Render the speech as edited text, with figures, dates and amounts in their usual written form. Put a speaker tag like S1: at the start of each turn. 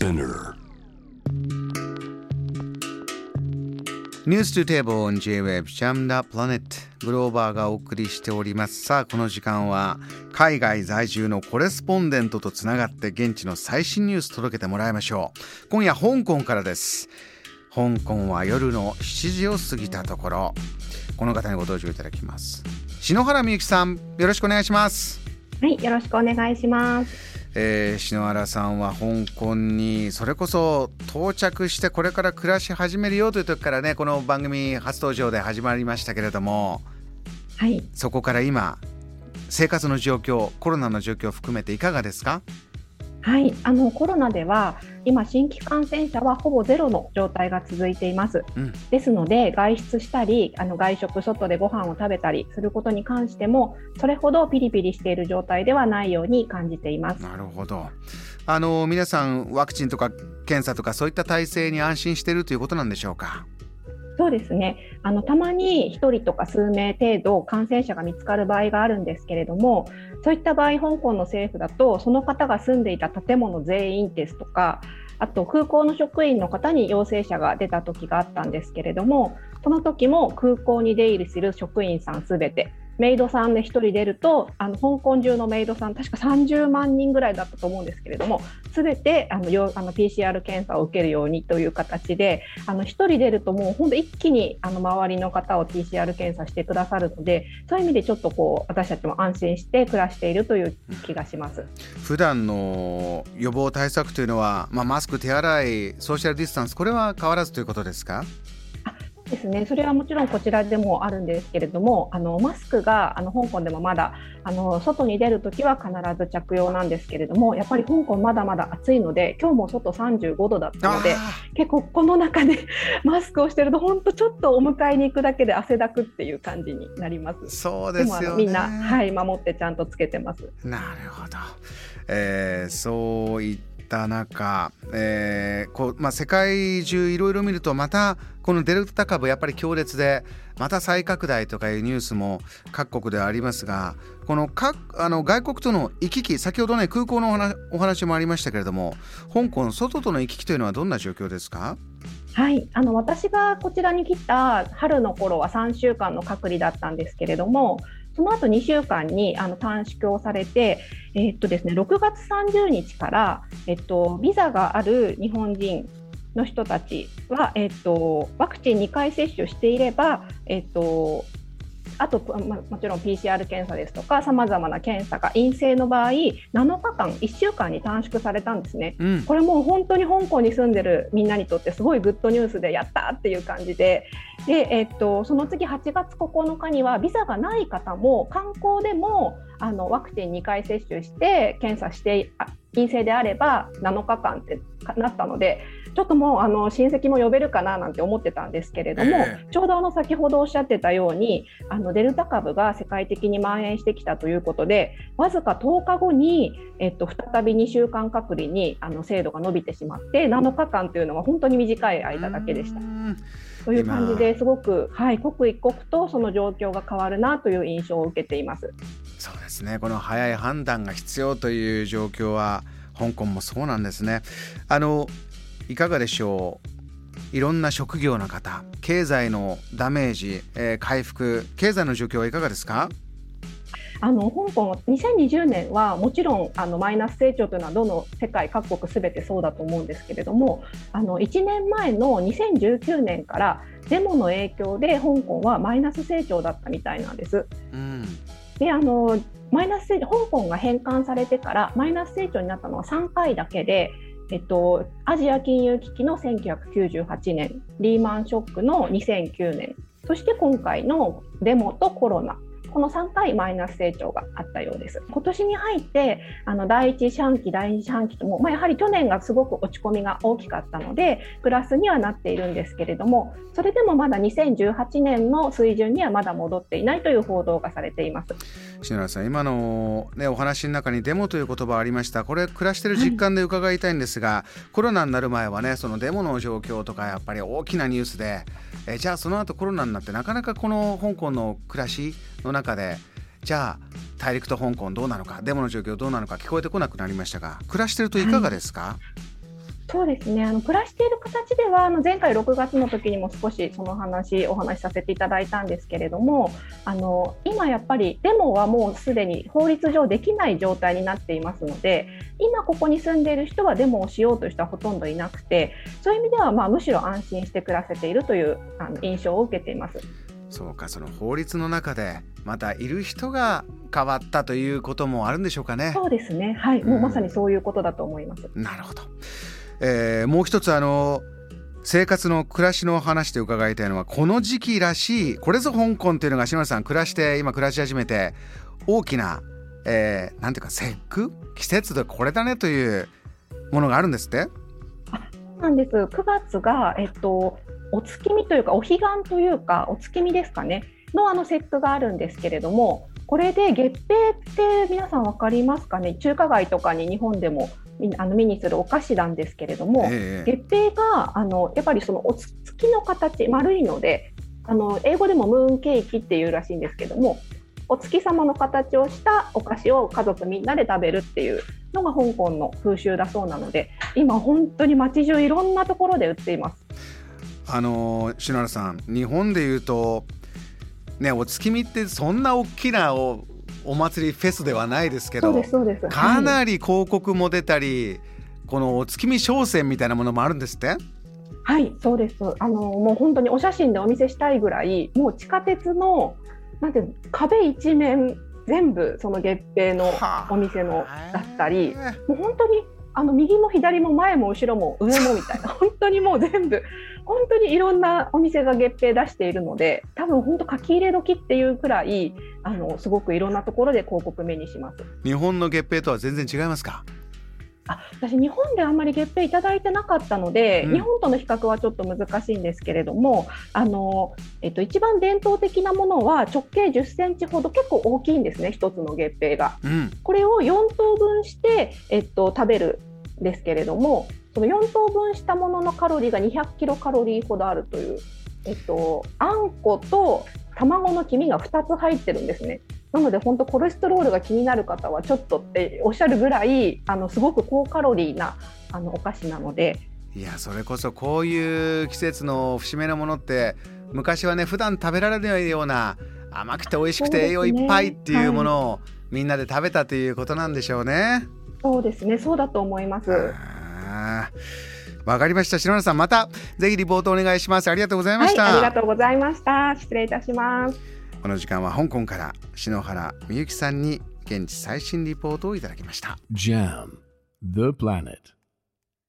S1: Spinner.
S2: News to Table on J-Web Jam the Planet グローバーがお送りしております。さあこの時間は海外在住のコレスポンデントとつながって現地の最新ニュース届けてもらいましょう。今夜香港からです。香港は夜の7時を過ぎたところ、この方にご登場いただきます。篠原美由紀さん、よろしくお願いします。
S3: はい、よろしくお願いします。
S2: 篠原さんは香港にそれこそ到着してこれから暮らし始めるよという時からね、この番組初登場で始まりましたけれども、
S3: はい、
S2: そこから今生活の状況、コロナの状況を含めていかがですか？
S3: はい、コロナでは今新規感染者はほぼゼロの状態が続いています、ですので外出したり外食、外でご飯を食べたりすることに関してもそれほどピリピリしている状態ではないように感じています。
S2: なるほど。皆さんワクチンとか検査とかそういった体制に安心しているということなんでしょうか？
S3: そうですね、たまに1人とか数名程度感染者が見つかる場合があるんですけれども、そういった場合香港の政府だとその方が住んでいた建物全員ですとか、あと空港の職員の方に陽性者が出た時があったんですけれども、その時も空港に出入りする職員さんすべて、メイドさんで1人出ると香港中のメイドさん確か30万人ぐらいだったと思うんですけれども、すべてPCR 検査を受けるようにという形で1人出るともう本当一気に周りの方を PCR 検査してくださるので、そういう意味でちょっと私たちも安心して暮らしているという気がします。
S2: 普段の予防対策というのは、マスク、手洗い、ソーシャルディスタンス、これは変わらずということですか？
S3: ですね、それはもちろんこちらでもあるんですけれども、マスクが香港でもまだ外に出るときは必ず着用なんですけれども、やっぱり香港まだまだ暑いので、今日も外35度だったので、結構この中でマスクをしてると本当ちょっとお迎えに行くだけで汗だくっていう感じになります。
S2: そうですよね。
S3: でもみんな、守ってちゃんとつけてます。
S2: なるほど、そういった中、世界中いろいろ見るとまたこのデルタ株やっぱり強烈でまた再拡大とかいうニュースも各国ではありますが、この外国との行き来、先ほどね空港のお話もありましたけれども、香港外との行き来というのはどんな状況ですか？
S3: はい、私がこちらに来た春の頃は3週間の隔離だったんですけれども、その後2週間に短縮をされて、ですね、6月30日から、ビザがある日本人の人たちは、ワクチン2回接種していれば、あと、もちろん PCR 検査ですとかさまざまな検査が陰性の場合7日間1週間に短縮されたんですね、これもう本当に香港に住んでるみんなにとってすごいグッドニュースでやったっていう感じで、その次8月9日にはビザがない方も観光でもワクチン2回接種して検査して陰性であれば7日間ってなったので、ちょっともう親戚も呼べるかななんて思ってたんですけれども、ちょうど先ほどおっしゃってたようにデルタ株が世界的に蔓延してきたということで、わずか10日後に、再び2週間隔離に制度が伸びてしまって7日間というのは本当に短い間だけでしたという感じで、すごく、刻一刻とその状況が変わるなという印象を受けています。
S2: そうですね、この早い判断が必要という状況は香港もそうなんですね。いかがでしょう？いろんな職業の方、経済のダメージ、回復、経済の状況はいかがですか？
S3: 香港2020年はもちろんマイナス成長というのはどの世界各国すべてそうだと思うんですけれども、1年前の2019年からデモの影響で香港はマイナス成長だったみたいなんです、でマイナス成長、香港が返還されてからマイナス成長になったのは3回だけで、アジア金融危機の1998年、リーマンショックの2009年、そして今回のデモとコロナ、この3回マイナス成長があったようです。今年に入って第1四半期第2四半期とも、やはり去年がすごく落ち込みが大きかったのでプラスにはなっているんですけれども、それでもまだ2018年の水準にはまだ戻っていないという報道がされています。
S2: 篠原さん、今の、お話の中にデモという言葉ありました。これ暮らしている実感で伺いたいんですが、コロナになる前はね、そのデモの状況とかやっぱり大きなニュースで、じゃあその後コロナになってなかなかこの香港の暮らしの中で、じゃあ大陸と香港どうなのか、デモの状況どうなのか聞こえてこなくなりましたが、暮らしてるといかがですか？
S3: そうですね、暮らしている形では前回6月の時にも少しそのお話しさせていただいたんですけれども、今やっぱりデモはもうすでに法律上できない状態になっていますので、今ここに住んでいる人はデモをしようという人はほとんどいなくて、そういう意味ではむしろ安心して暮らせているという印象を受けています。
S2: そうか、その法律の中でまたいる人が変わったということもあるんでしょうかね。
S3: そうですね、はい、もうまさにそういうことだと思います。
S2: なるほど。もう一つ生活の暮らしの話で伺いたいのは、この時期らしい、これぞ香港というのが篠原さん今暮らし始めて大きな、なんていうか節句、季節でこれだねというものがあるんですって。
S3: そうなんです。9月が、お月見というかお彼岸というかお月見ですかねの節句があるんですけれども、これで月餅って皆さん分かりますかね。中華街とかに日本でも目にするお菓子なんですけれども、月餅がやっぱりそのお月の形丸いので、英語でもムーンケーキっていうらしいんですけども、お月様の形をしたお菓子を家族みんなで食べるっていうのが香港の風習だそうなので、今本当に街中いろんなところで売っています。
S2: 篠原さん、日本でいうとね、お月見ってそんな大きなお祭りフェスではないですけど、
S3: そうです、
S2: かなり広告も出たり、このお月見商戦みたいなものもあるんですって。
S3: はい、そうです。もう本当にお写真でお見せしたいぐらい、もう地下鉄のなんて壁一面全部その月餅のお店のだったり、もう本当に右も左も前も後ろも上もみたいな本当にもう全部本当にいろんなお店が月餅出しているので、多分本当書き入れ時っていうくらいすごくいろんなところで広告目にします。
S2: 日本の月餅とは全然違いますか？
S3: 私日本であんまり月餅いただいてなかったので、日本との比較はちょっと難しいんですけれども、一番伝統的なものは直径10センチほど、結構大きいんですね、一つの月餅が、これを4等分して、食べるんですけれども、その4等分したもののカロリーが200キロカロリーほどあるという、あんこと卵の黄身が2つ入ってるんですね。なので本当コレステロールが気になる方はちょっとっておっしゃるぐらいすごく高カロリーなお菓子なので。
S2: いや、それこそこういう季節の節目のものって昔はね、普段食べられないような甘くて美味しくて栄養いっぱいっていうものをみんなで食べたということなんでしょうね。
S3: そうですね、そうだと思います。
S2: わかりました。篠原さん、またぜひリポートお願いします。ありがとうございました。
S3: ありがとうございました。失礼いたします。
S2: この時間は香港から篠原美由紀さんに現地最新リポートをいただきました。
S1: JAM The Planet